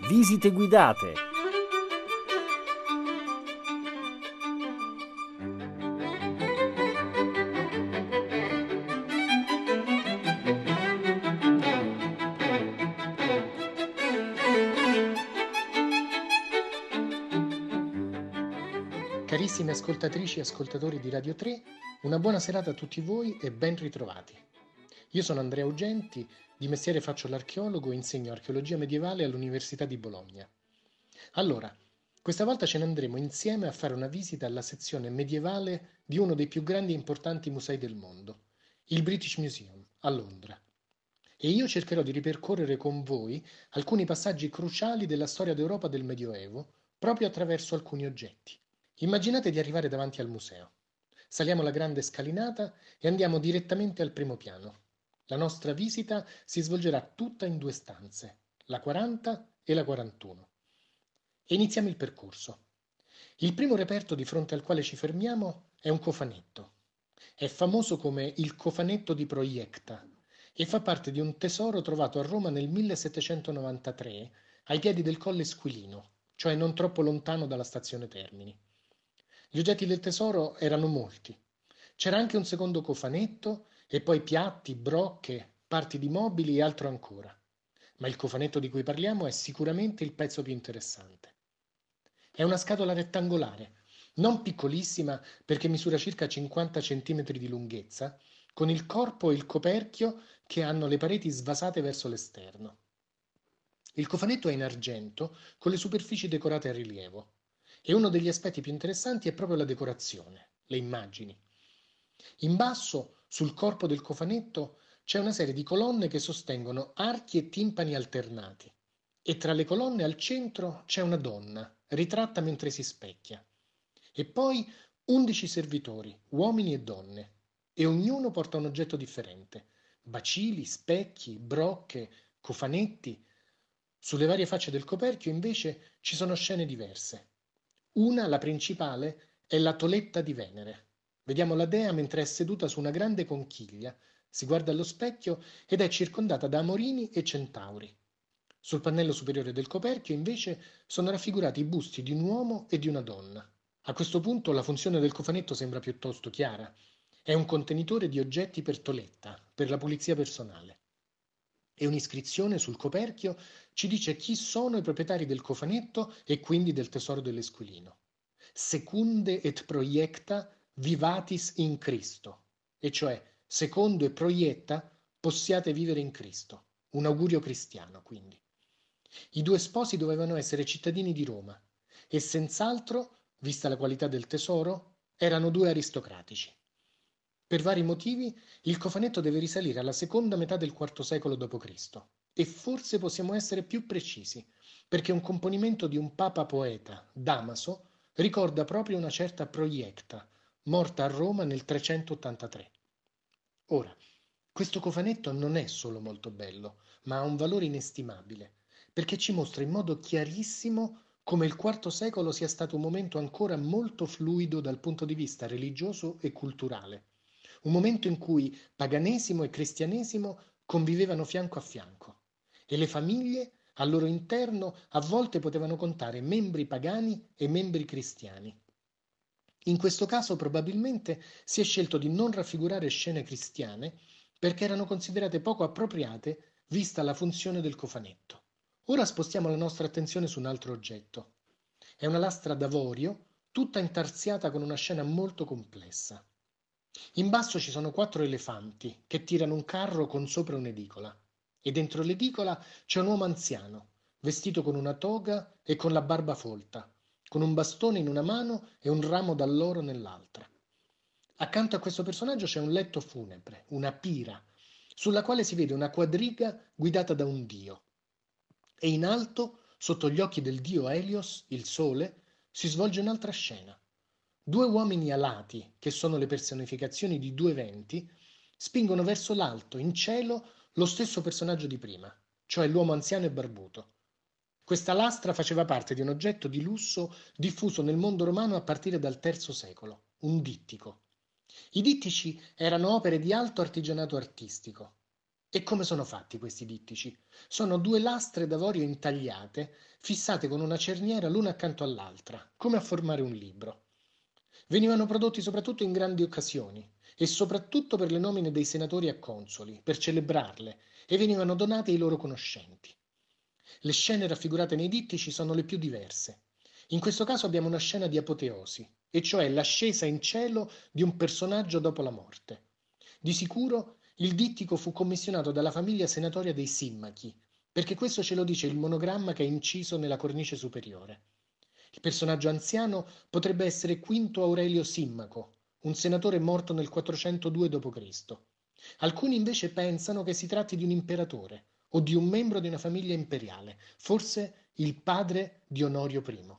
Visite guidate. Carissime ascoltatrici e ascoltatori di Radio 3, una buona serata a tutti voi e ben ritrovati. Io sono Andrea Ugenti, di mestiere faccio l'archeologo e insegno archeologia medievale all'Università di Bologna. Allora, questa volta ce ne andremo insieme a fare una visita alla sezione medievale di uno dei più grandi e importanti musei del mondo, il British Museum, a Londra. E io cercherò di ripercorrere con voi alcuni passaggi cruciali della storia d'Europa del Medioevo, proprio attraverso alcuni oggetti. Immaginate di arrivare davanti al museo. Saliamo la grande scalinata e andiamo direttamente al primo piano. La nostra visita si svolgerà tutta in due stanze, la 40 e la 41. E iniziamo il percorso. Il primo reperto di fronte al quale ci fermiamo è un cofanetto. È famoso come il cofanetto di Proiecta e fa parte di un tesoro trovato a Roma nel 1793 ai piedi del Colle Squilino, cioè non troppo lontano dalla stazione Termini. Gli oggetti del tesoro erano molti. C'era anche un secondo cofanetto e poi piatti, brocche, parti di mobili e altro ancora. Ma il cofanetto di cui parliamo è sicuramente il pezzo più interessante. È una scatola rettangolare, non piccolissima perché misura circa 50 cm di lunghezza, con il corpo e il coperchio che hanno le pareti svasate verso l'esterno. Il cofanetto è in argento con le superfici decorate a rilievo e uno degli aspetti più interessanti è proprio la decorazione, le immagini. In basso, sul corpo del cofanetto, c'è una serie di colonne che sostengono archi e timpani alternati e tra le colonne al centro c'è una donna, ritratta mentre si specchia. E poi 11 servitori, uomini e donne, e ognuno porta un oggetto differente. Bacili, specchi, brocche, cofanetti. Sulle varie facce del coperchio invece ci sono scene diverse. Una, la principale, è la Toletta di Venere. Vediamo la dea mentre è seduta su una grande conchiglia, si guarda allo specchio ed è circondata da amorini e centauri. Sul pannello superiore del coperchio invece sono raffigurati i busti di un uomo e di una donna. A questo punto la funzione del cofanetto sembra piuttosto chiara. È un contenitore di oggetti per Toletta, per la pulizia personale. E un'iscrizione sul coperchio ci dice chi sono i proprietari del cofanetto e quindi del tesoro dell'Esquilino. Secunde et proiecta vivatis in Cristo, e cioè secondo e proietta possiate vivere in Cristo. Un augurio cristiano, quindi. I due sposi dovevano essere cittadini di Roma e senz'altro, vista la qualità del tesoro, erano due aristocratici. Per vari motivi, il cofanetto deve risalire alla seconda metà del IV secolo d.C. e forse possiamo essere più precisi, perché un componimento di un papa poeta, Damaso, ricorda proprio una certa Proiecta, morta a Roma nel 383. Ora, questo cofanetto non è solo molto bello, ma ha un valore inestimabile, perché ci mostra in modo chiarissimo come il IV secolo sia stato un momento ancora molto fluido dal punto di vista religioso e culturale, un momento in cui paganesimo e cristianesimo convivevano fianco a fianco e le famiglie al loro interno a volte potevano contare membri pagani e membri cristiani. In questo caso probabilmente si è scelto di non raffigurare scene cristiane perché erano considerate poco appropriate vista la funzione del cofanetto. Ora spostiamo la nostra attenzione su un altro oggetto. È una lastra d'avorio, tutta intarsiata con una scena molto complessa. In basso ci sono 4 elefanti che tirano un carro con sopra un'edicola e dentro l'edicola c'è un uomo anziano, vestito con una toga e con la barba folta, con un bastone in una mano e un ramo d'alloro nell'altra. Accanto a questo personaggio c'è un letto funebre, una pira, sulla quale si vede una quadriga guidata da un dio. E in alto, sotto gli occhi del dio Helios, il sole, si svolge un'altra scena. Due uomini alati, che sono le personificazioni di due venti, spingono verso l'alto, in cielo, lo stesso personaggio di prima, cioè l'uomo anziano e barbuto. Questa lastra faceva parte di un oggetto di lusso diffuso nel mondo romano a partire dal III secolo, un dittico. I dittici erano opere di alto artigianato artistico. E come sono fatti questi dittici? Sono due lastre d'avorio intagliate, fissate con una cerniera l'una accanto all'altra, come a formare un libro. Venivano prodotti soprattutto in grandi occasioni e soprattutto per le nomine dei senatori a consoli, per celebrarle, e venivano donate ai loro conoscenti. Le scene raffigurate nei dittici sono le più diverse. In questo caso abbiamo una scena di apoteosi, e cioè l'ascesa in cielo di un personaggio dopo la morte. Di sicuro il dittico fu commissionato dalla famiglia senatoria dei Simmachi, perché questo ce lo dice il monogramma che è inciso nella cornice superiore. Il personaggio anziano potrebbe essere Quinto Aurelio Simmaco, un senatore morto nel 402 d.C. Alcuni invece pensano che si tratti di un imperatore o di un membro di una famiglia imperiale, forse il padre di Onorio I.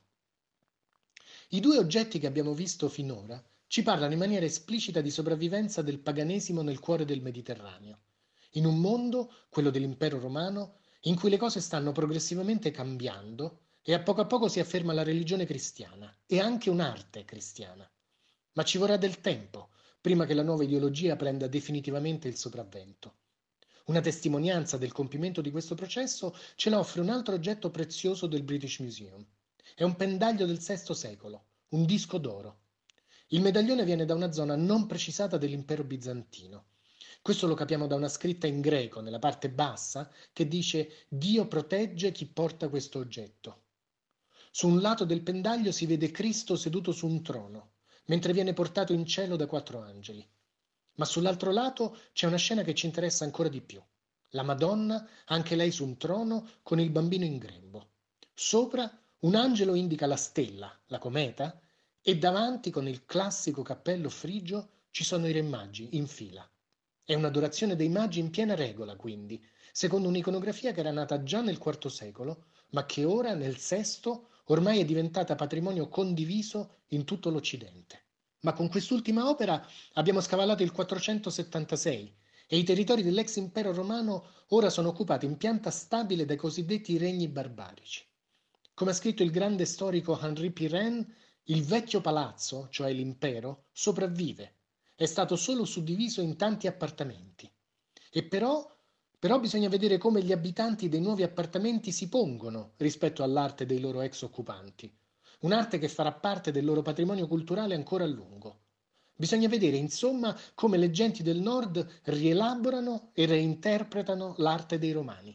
I due oggetti che abbiamo visto finora ci parlano in maniera esplicita di sopravvivenza del paganesimo nel cuore del Mediterraneo, in un mondo, quello dell'impero romano, in cui le cose stanno progressivamente cambiando e a poco si afferma la religione cristiana e anche un'arte cristiana. Ma ci vorrà del tempo prima che la nuova ideologia prenda definitivamente il sopravvento. Una testimonianza del compimento di questo processo ce la offre un altro oggetto prezioso del British Museum. È un pendaglio del VI secolo, un disco d'oro. Il medaglione viene da una zona non precisata dell'impero bizantino. Questo lo capiamo da una scritta in greco nella parte bassa che dice Dio protegge chi porta questo oggetto. Su un lato del pendaglio si vede Cristo seduto su un trono, mentre viene portato in cielo da 4 angeli. Ma sull'altro lato c'è una scena che ci interessa ancora di più. La Madonna, anche lei su un trono, con il bambino in grembo. Sopra un angelo indica la stella, la cometa, e davanti, con il classico cappello frigio, ci sono i re magi in fila. È un'adorazione dei magi in piena regola, quindi, secondo un'iconografia che era nata già nel IV secolo, ma che ora, nel VI, ormai è diventata patrimonio condiviso in tutto l'Occidente. Ma con quest'ultima opera abbiamo scavallato il 476 e i territori dell'ex impero romano ora sono occupati in pianta stabile dai cosiddetti regni barbarici. Come ha scritto il grande storico Henri Pirenne, il vecchio palazzo, cioè l'impero, sopravvive. È stato solo suddiviso in tanti appartamenti. E però bisogna vedere come gli abitanti dei nuovi appartamenti si pongono rispetto all'arte dei loro ex occupanti. Un'arte che farà parte del loro patrimonio culturale ancora a lungo. Bisogna vedere, insomma, come le genti del nord rielaborano e reinterpretano l'arte dei romani.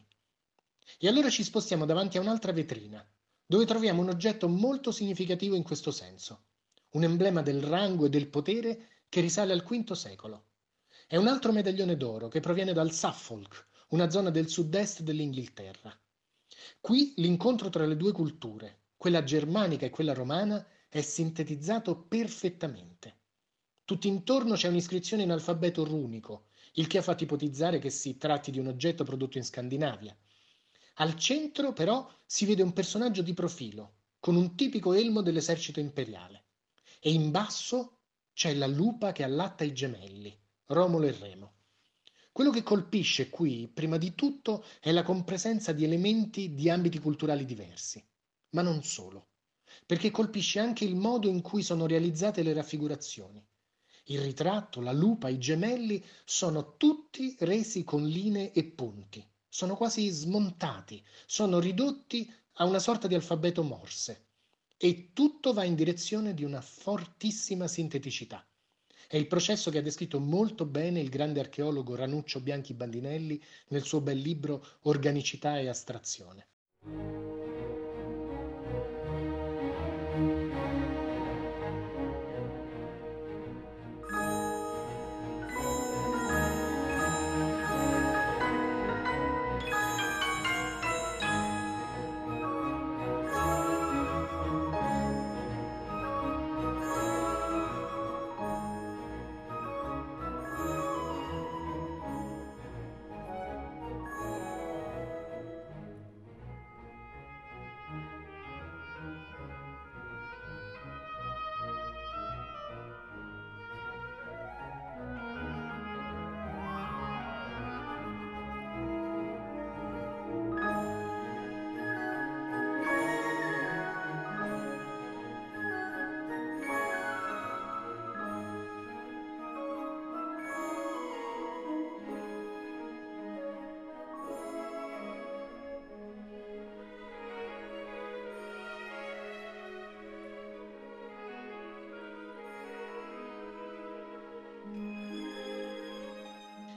E allora ci spostiamo davanti a un'altra vetrina, dove troviamo un oggetto molto significativo in questo senso, un emblema del rango e del potere che risale al V secolo. È un altro medaglione d'oro che proviene dal Suffolk, una zona del sud-est dell'Inghilterra. Qui l'incontro tra le due culture, quella germanica e quella romana, è sintetizzato perfettamente. Tutt'intorno c'è un'iscrizione in alfabeto runico, il che fa ipotizzare che si tratti di un oggetto prodotto in Scandinavia. Al centro, però, si vede un personaggio di profilo, con un tipico elmo dell'esercito imperiale. E in basso c'è la lupa che allatta i gemelli, Romolo e Remo. Quello che colpisce qui, prima di tutto, è la compresenza di elementi di ambiti culturali diversi, ma non solo, perché colpisce anche il modo in cui sono realizzate le raffigurazioni. Il ritratto, la lupa, i gemelli sono tutti resi con linee e punti, sono quasi smontati, sono ridotti a una sorta di alfabeto Morse e tutto va in direzione di una fortissima sinteticità. È il processo che ha descritto molto bene il grande archeologo Ranuccio Bianchi Bandinelli nel suo bel libro Organicità e astrazione.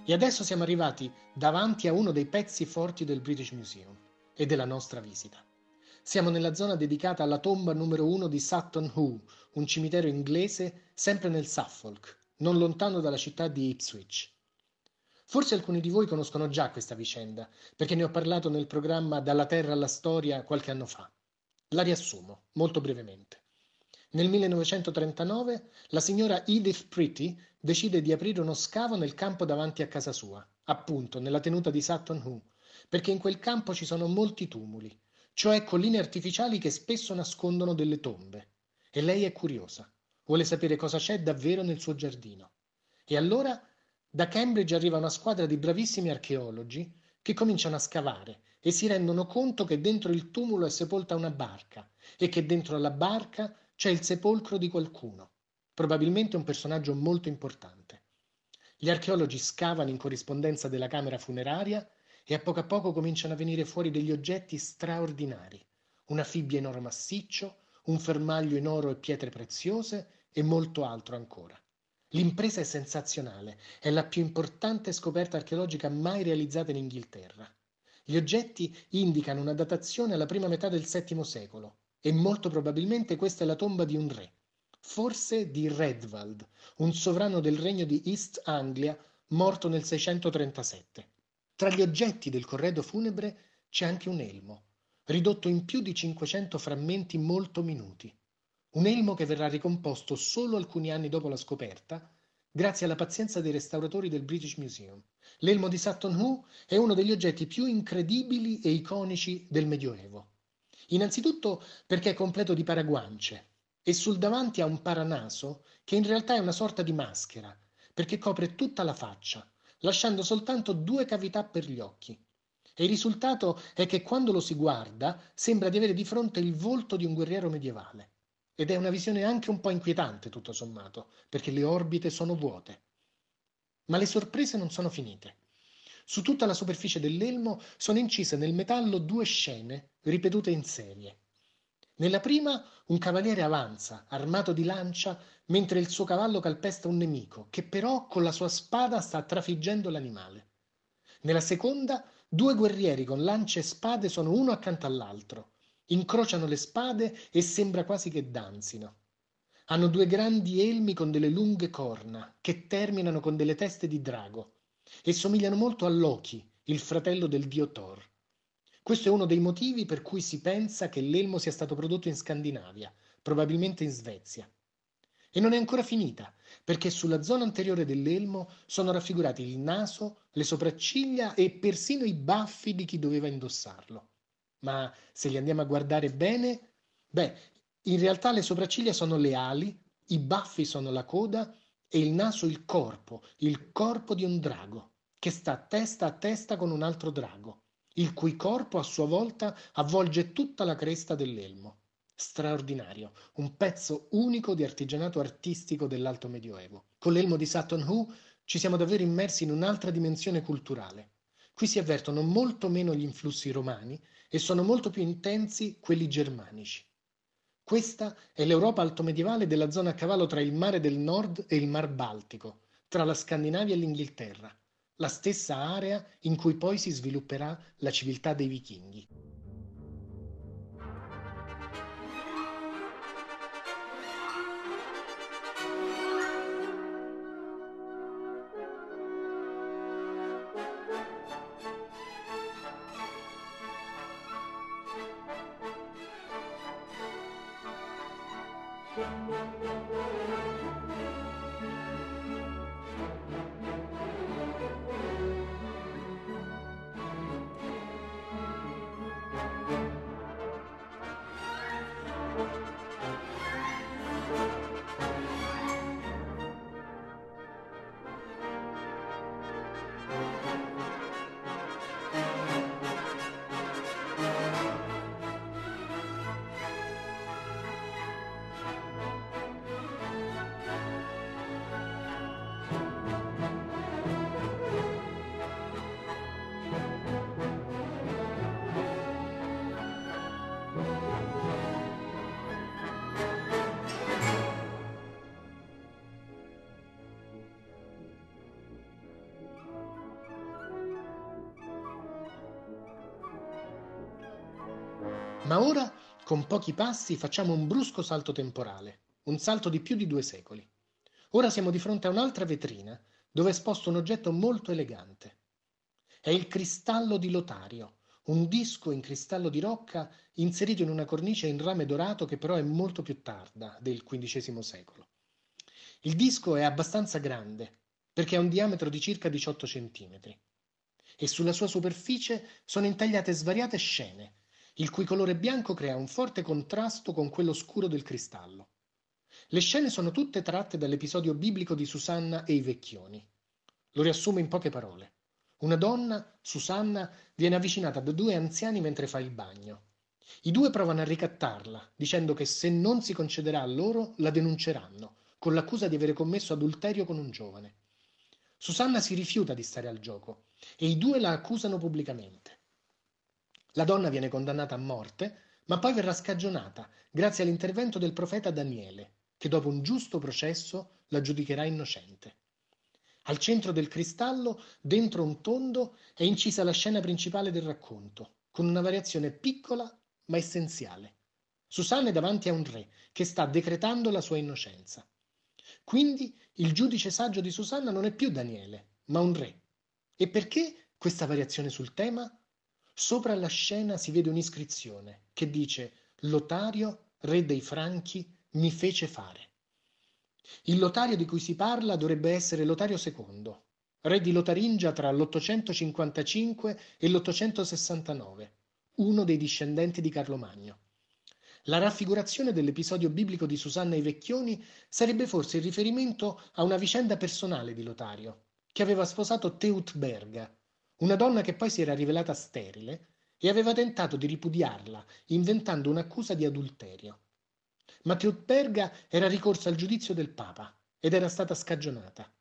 E adesso siamo arrivati davanti a uno dei pezzi forti del British Museum e della nostra visita. Siamo nella zona dedicata alla tomba numero 1 di Sutton Hoo, un cimitero inglese sempre nel Suffolk, non lontano dalla città di Ipswich. Forse alcuni di voi conoscono già questa vicenda, perché ne ho parlato nel programma Dalla Terra alla Storia qualche anno fa. La riassumo, molto brevemente. Nel 1939 la signora Edith Pretty decide di aprire uno scavo nel campo davanti a casa sua, appunto nella tenuta di Sutton Hoo, perché in quel campo ci sono molti tumuli, cioè colline artificiali che spesso nascondono delle tombe. E lei è curiosa, vuole sapere cosa c'è davvero nel suo giardino. E allora da Cambridge arriva una squadra di bravissimi archeologi che cominciano a scavare e si rendono conto che dentro il tumulo è sepolta una barca e che dentro la barca c'è il sepolcro di qualcuno, probabilmente un personaggio molto importante. Gli archeologi scavano in corrispondenza della camera funeraria e a poco cominciano a venire fuori degli oggetti straordinari, una fibbia in oro massiccio, un fermaglio in oro e pietre preziose e molto altro ancora. L'impresa è sensazionale, è la più importante scoperta archeologica mai realizzata in Inghilterra. Gli oggetti indicano una datazione alla prima metà del VII secolo e molto probabilmente questa è la tomba di un re, forse di Redwald, un sovrano del regno di East Anglia morto nel 637. Tra gli oggetti del corredo funebre c'è anche un elmo, ridotto in più di 500 frammenti molto minuti. Un elmo che verrà ricomposto solo alcuni anni dopo la scoperta, grazie alla pazienza dei restauratori del British Museum. L'elmo di Sutton Hoo è uno degli oggetti più incredibili e iconici del Medioevo. Innanzitutto perché è completo di paraguance e sul davanti ha un paranaso che in realtà è una sorta di maschera, perché copre tutta la faccia, lasciando soltanto 2 cavità per gli occhi. E il risultato è che quando lo si guarda sembra di avere di fronte il volto di un guerriero medievale. Ed è una visione anche un po' inquietante, tutto sommato, perché le orbite sono vuote. Ma le sorprese non sono finite. Su tutta la superficie dell'elmo sono incise nel metallo 2 scene ripetute in serie. Nella prima un cavaliere avanza, armato di lancia, mentre il suo cavallo calpesta un nemico, che però con la sua spada sta trafiggendo l'animale. Nella seconda, 2 guerrieri con lance e spade sono uno accanto all'altro. Incrociano le spade e sembra quasi che danzino. Hanno 2 grandi elmi con delle lunghe corna, che terminano con delle teste di drago, e somigliano molto a Loki, il fratello del dio Thor. Questo è uno dei motivi per cui si pensa che l'elmo sia stato prodotto in Scandinavia, probabilmente in Svezia. E non è ancora finita, perché sulla zona anteriore dell'elmo sono raffigurati il naso, le sopracciglia e persino i baffi di chi doveva indossarlo. Ma se li andiamo a guardare bene, beh, in realtà le sopracciglia sono le ali, i baffi sono la coda e il naso il corpo di un drago, che sta testa a testa con un altro drago, il cui corpo a sua volta avvolge tutta la cresta dell'elmo. Straordinario, un pezzo unico di artigianato artistico dell'Alto Medioevo. Con l'elmo di Sutton Hoo ci siamo davvero immersi in un'altra dimensione culturale. Qui si avvertono molto meno gli influssi romani e sono molto più intensi quelli germanici. Questa è l'Europa altomedievale della zona a cavallo tra il mare del Nord e il Mar Baltico, tra la Scandinavia e l'Inghilterra, la stessa area in cui poi si svilupperà la civiltà dei Vichinghi. Ma ora, con pochi passi, facciamo un brusco salto temporale, un salto di più di 2 secoli. Ora siamo di fronte a un'altra vetrina, dove è esposto un oggetto molto elegante. È il cristallo di Lotario, un disco in cristallo di rocca inserito in una cornice in rame dorato che però è molto più tarda, del XV secolo. Il disco è abbastanza grande, perché ha un diametro di circa 18 centimetri, e sulla sua superficie sono intagliate svariate scene, il cui colore bianco crea un forte contrasto con quello scuro del cristallo. Le scene sono tutte tratte dall'episodio biblico di Susanna e i vecchioni. Lo riassumo in poche parole. Una donna, Susanna, viene avvicinata da 2 anziani mentre fa il bagno. I due provano a ricattarla, dicendo che se non si concederà a loro, la denunceranno, con l'accusa di avere commesso adulterio con un giovane. Susanna si rifiuta di stare al gioco e i due la accusano pubblicamente. La donna viene condannata a morte, ma poi verrà scagionata grazie all'intervento del profeta Daniele, che dopo un giusto processo la giudicherà innocente. Al centro del cristallo, dentro un tondo, è incisa la scena principale del racconto, con una variazione piccola ma essenziale. Susanna è davanti a un re che sta decretando la sua innocenza. Quindi il giudice saggio di Susanna non è più Daniele, ma un re. E perché questa variazione sul tema? Sopra la scena si vede un'iscrizione che dice Lotario, re dei Franchi, mi fece fare. Il Lotario di cui si parla dovrebbe essere Lotario II, re di Lotaringia tra l'855 e l'869, uno dei discendenti di Carlo Magno. La raffigurazione dell'episodio biblico di Susanna e i Vecchioni sarebbe forse il riferimento a una vicenda personale di Lotario, che aveva sposato Teutberga, una donna che poi si era rivelata sterile e aveva tentato di ripudiarla, inventando un'accusa di adulterio. Ma Teutberga era ricorsa al giudizio del Papa ed era stata scagionata.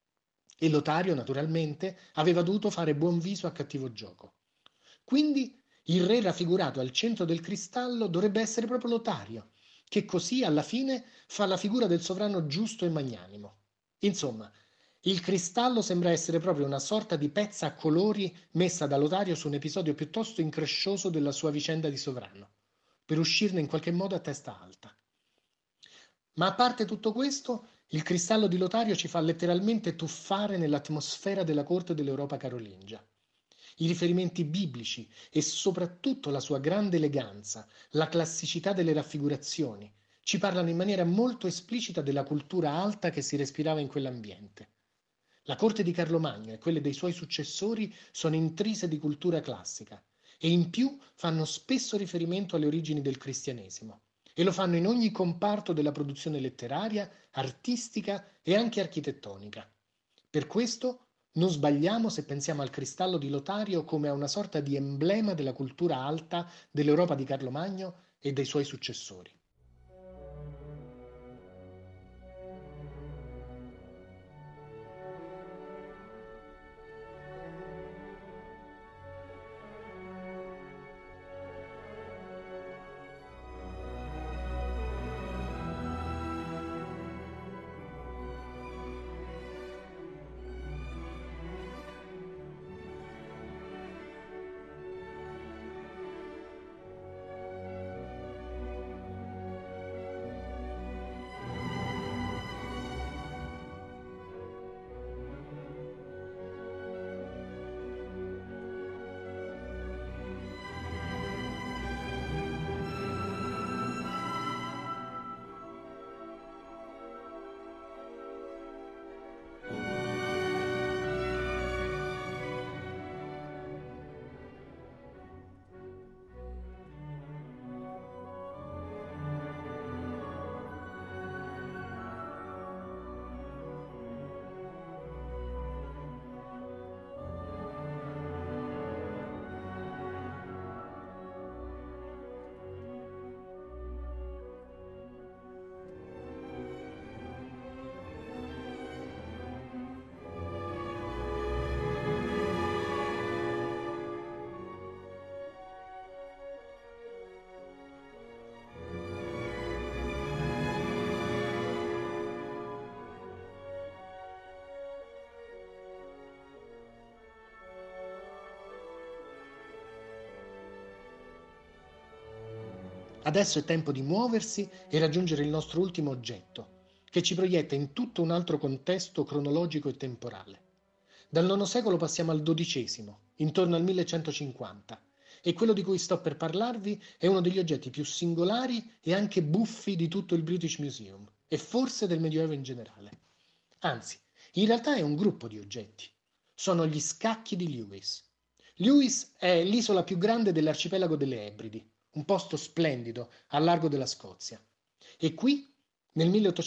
E Lotario, naturalmente, aveva dovuto fare buon viso a cattivo gioco. Quindi il re raffigurato al centro del cristallo dovrebbe essere proprio Lotario, che così alla fine fa la figura del sovrano giusto e magnanimo. Insomma, il cristallo sembra essere proprio una sorta di pezza a colori messa da Lotario su un episodio piuttosto increscioso della sua vicenda di sovrano, per uscirne in qualche modo a testa alta. Ma a parte tutto questo, il cristallo di Lotario ci fa letteralmente tuffare nell'atmosfera della corte dell'Europa carolingia. I riferimenti biblici e soprattutto la sua grande eleganza, la classicità delle raffigurazioni, ci parlano in maniera molto esplicita della cultura alta che si respirava in quell'ambiente. La corte di Carlo Magno e quelle dei suoi successori sono intrise di cultura classica e in più fanno spesso riferimento alle origini del cristianesimo e lo fanno in ogni comparto della produzione letteraria, artistica e anche architettonica. Per questo non sbagliamo se pensiamo al cristallo di Lotario come a una sorta di emblema della cultura alta dell'Europa di Carlo Magno e dei suoi successori. Adesso è tempo di muoversi e raggiungere il nostro ultimo oggetto, che ci proietta in tutto un altro contesto cronologico e temporale. Dal IX secolo passiamo al XII, intorno al 1150, e quello di cui sto per parlarvi è uno degli oggetti più singolari e anche buffi di tutto il British Museum, e forse del Medioevo in generale. Anzi, in realtà è un gruppo di oggetti. Sono gli scacchi di Lewis. Lewis è l'isola più grande dell'arcipelago delle Ebridi, un posto splendido al largo della Scozia. E qui, nel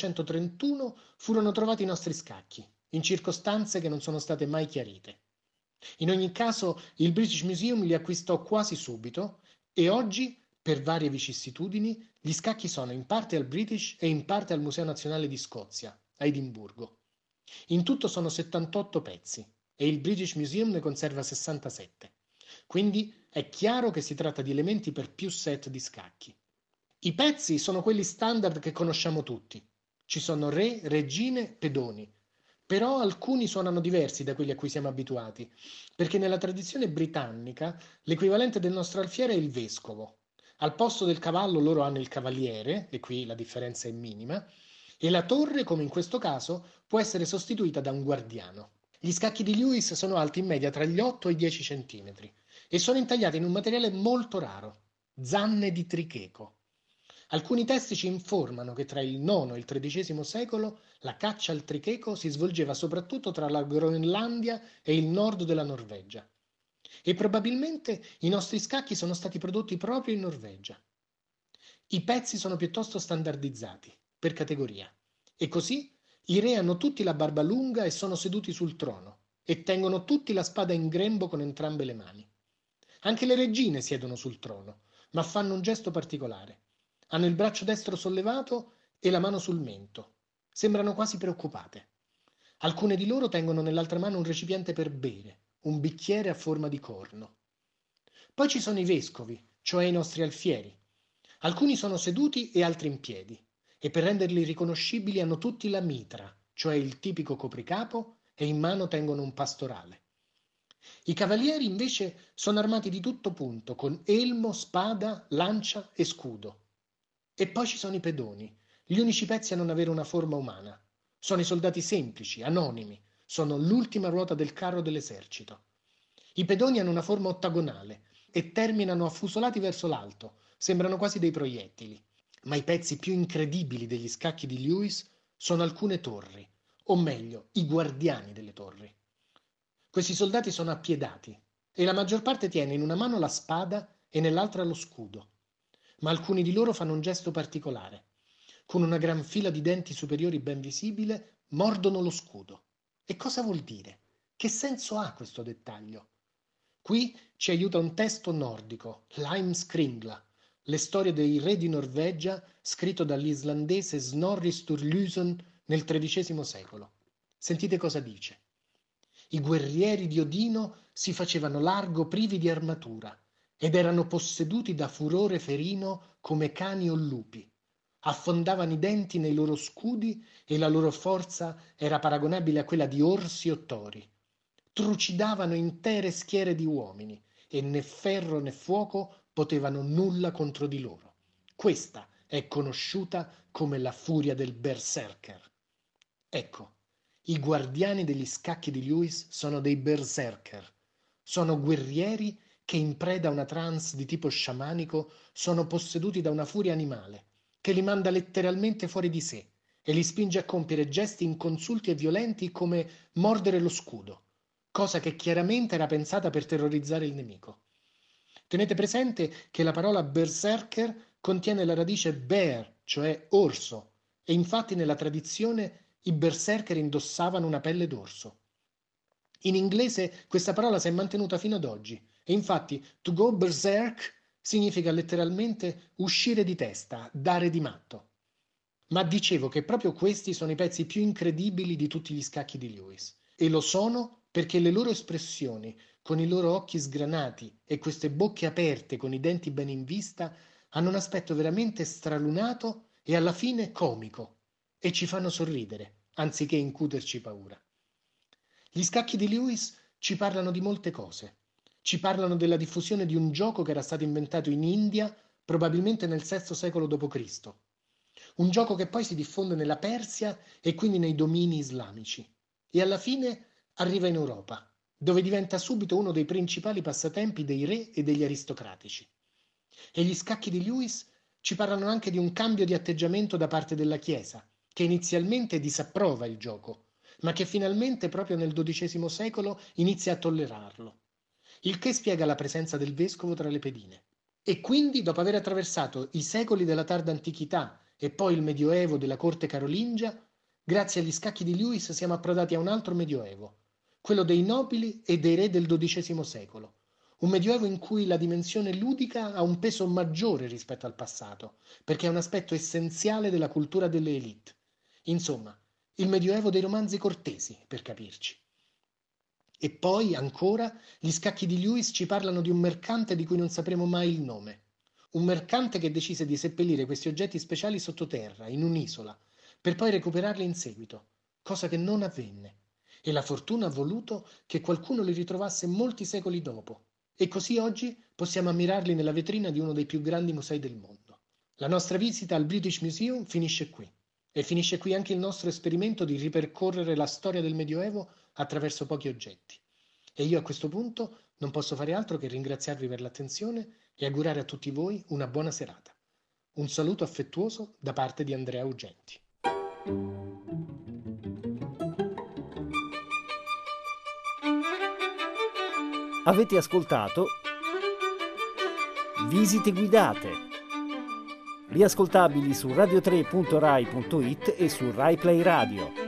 1831, furono trovati i nostri scacchi, in circostanze che non sono state mai chiarite. In ogni caso, il British Museum li acquistò quasi subito e oggi, per varie vicissitudini, gli scacchi sono in parte al British e in parte al Museo Nazionale di Scozia, a Edimburgo. In tutto sono 78 pezzi e il British Museum ne conserva 67. Quindi è chiaro che si tratta di elementi per più set di scacchi. I pezzi sono quelli standard che conosciamo tutti. Ci sono re, regine, pedoni. Però alcuni suonano diversi da quelli a cui siamo abituati, perché nella tradizione britannica l'equivalente del nostro alfiere è il vescovo. Al posto del cavallo loro hanno il cavaliere, e qui la differenza è minima, e la torre, come in questo caso, può essere sostituita da un guardiano. Gli scacchi di Lewis sono alti in media tra gli 8 e i 10 centimetri e sono intagliati in un materiale molto raro, zanne di tricheco. Alcuni testi ci informano che tra il IX e il XIII secolo la caccia al tricheco si svolgeva soprattutto tra la Groenlandia e il nord della Norvegia. E probabilmente i nostri scacchi sono stati prodotti proprio in Norvegia. I pezzi sono piuttosto standardizzati, per categoria, e così i re hanno tutti la barba lunga e sono seduti sul trono, e tengono tutti la spada in grembo con entrambe le mani. Anche le regine siedono sul trono, ma fanno un gesto particolare. Hanno il braccio destro sollevato e la mano sul mento. Sembrano quasi preoccupate. Alcune di loro tengono nell'altra mano un recipiente per bere, un bicchiere a forma di corno. Poi ci sono i vescovi, cioè i nostri alfieri. Alcuni sono seduti e altri in piedi, e per renderli riconoscibili hanno tutti la mitra, cioè il tipico copricapo, e in mano tengono un pastorale. I cavalieri invece sono armati di tutto punto, con elmo, spada, lancia e scudo. E poi ci sono i pedoni, gli unici pezzi a non avere una forma umana. Sono i soldati semplici, anonimi, sono l'ultima ruota del carro dell'esercito. I pedoni hanno una forma ottagonale e terminano affusolati verso l'alto, sembrano quasi dei proiettili. Ma i pezzi più incredibili degli scacchi di Lewis sono alcune torri, o meglio, i guardiani delle torri. Questi soldati sono appiedati e la maggior parte tiene in una mano la spada e nell'altra lo scudo. Ma alcuni di loro fanno un gesto particolare. Con una gran fila di denti superiori ben visibile, mordono lo scudo. E cosa vuol dire? Che senso ha questo dettaglio? Qui ci aiuta un testo nordico, l'Heimskringla, le storie dei re di Norvegia, scritto dall'islandese Snorri Sturluson nel XIII secolo. Sentite cosa dice. I guerrieri di Odino si facevano largo privi di armatura ed erano posseduti da furore ferino come cani o lupi. Affondavano i denti nei loro scudi e la loro forza era paragonabile a quella di orsi o tori. Trucidavano intere schiere di uomini e né ferro né fuoco potevano nulla contro di loro. Questa è conosciuta come la furia del berserker. Ecco, i guardiani degli scacchi di Lewis sono dei berserker. Sono guerrieri che in preda a una trance di tipo sciamanico sono posseduti da una furia animale che li manda letteralmente fuori di sé e li spinge a compiere gesti inconsulti e violenti come mordere lo scudo, cosa che chiaramente era pensata per terrorizzare il nemico. Tenete presente che la parola berserker contiene la radice bear, cioè orso, e infatti nella tradizione i berserker indossavano una pelle d'orso. In inglese questa parola si è mantenuta fino ad oggi e infatti to go berserk significa letteralmente uscire di testa, dare di matto. Ma dicevo che proprio questi sono i pezzi più incredibili di tutti gli scacchi di Lewis e lo sono perché le loro espressioni, con i loro occhi sgranati e queste bocche aperte con i denti ben in vista, hanno un aspetto veramente stralunato e alla fine comico e ci fanno sorridere, anziché incuterci paura. Gli scacchi di Lewis ci parlano di molte cose. Ci parlano della diffusione di un gioco che era stato inventato in India probabilmente nel VI secolo d.C. Un gioco che poi si diffonde nella Persia e quindi nei domini islamici. E alla fine arriva in Europa, dove diventa subito uno dei principali passatempi dei re e degli aristocratici. E gli scacchi di Lewis ci parlano anche di un cambio di atteggiamento da parte della Chiesa, che inizialmente disapprova il gioco, ma che finalmente proprio nel XII secolo inizia a tollerarlo. Il che spiega la presenza del vescovo tra le pedine. E quindi, dopo aver attraversato i secoli della tarda antichità e poi il medioevo della corte carolingia, grazie agli scacchi di Lewis siamo approdati a un altro medioevo, quello dei nobili e dei re del XII secolo. Un medioevo in cui la dimensione ludica ha un peso maggiore rispetto al passato, perché è un aspetto essenziale della cultura delle élite. Insomma, il medioevo dei romanzi cortesi, per capirci. E poi, ancora, gli scacchi di Lewis ci parlano di un mercante di cui non sapremo mai il nome. Un mercante che decise di seppellire questi oggetti speciali sottoterra, in un'isola, per poi recuperarli in seguito, cosa che non avvenne. E la fortuna ha voluto che qualcuno li ritrovasse molti secoli dopo. E così oggi possiamo ammirarli nella vetrina di uno dei più grandi musei del mondo. La nostra visita al British Museum finisce qui. E finisce qui anche il nostro esperimento di ripercorrere la storia del Medioevo attraverso pochi oggetti. E io a questo punto non posso fare altro che ringraziarvi per l'attenzione e augurare a tutti voi una buona serata. Un saluto affettuoso da parte di Andrea Ugenti. Avete ascoltato Visite guidate, riascoltabili su radio3.rai.it e su Rai Play Radio.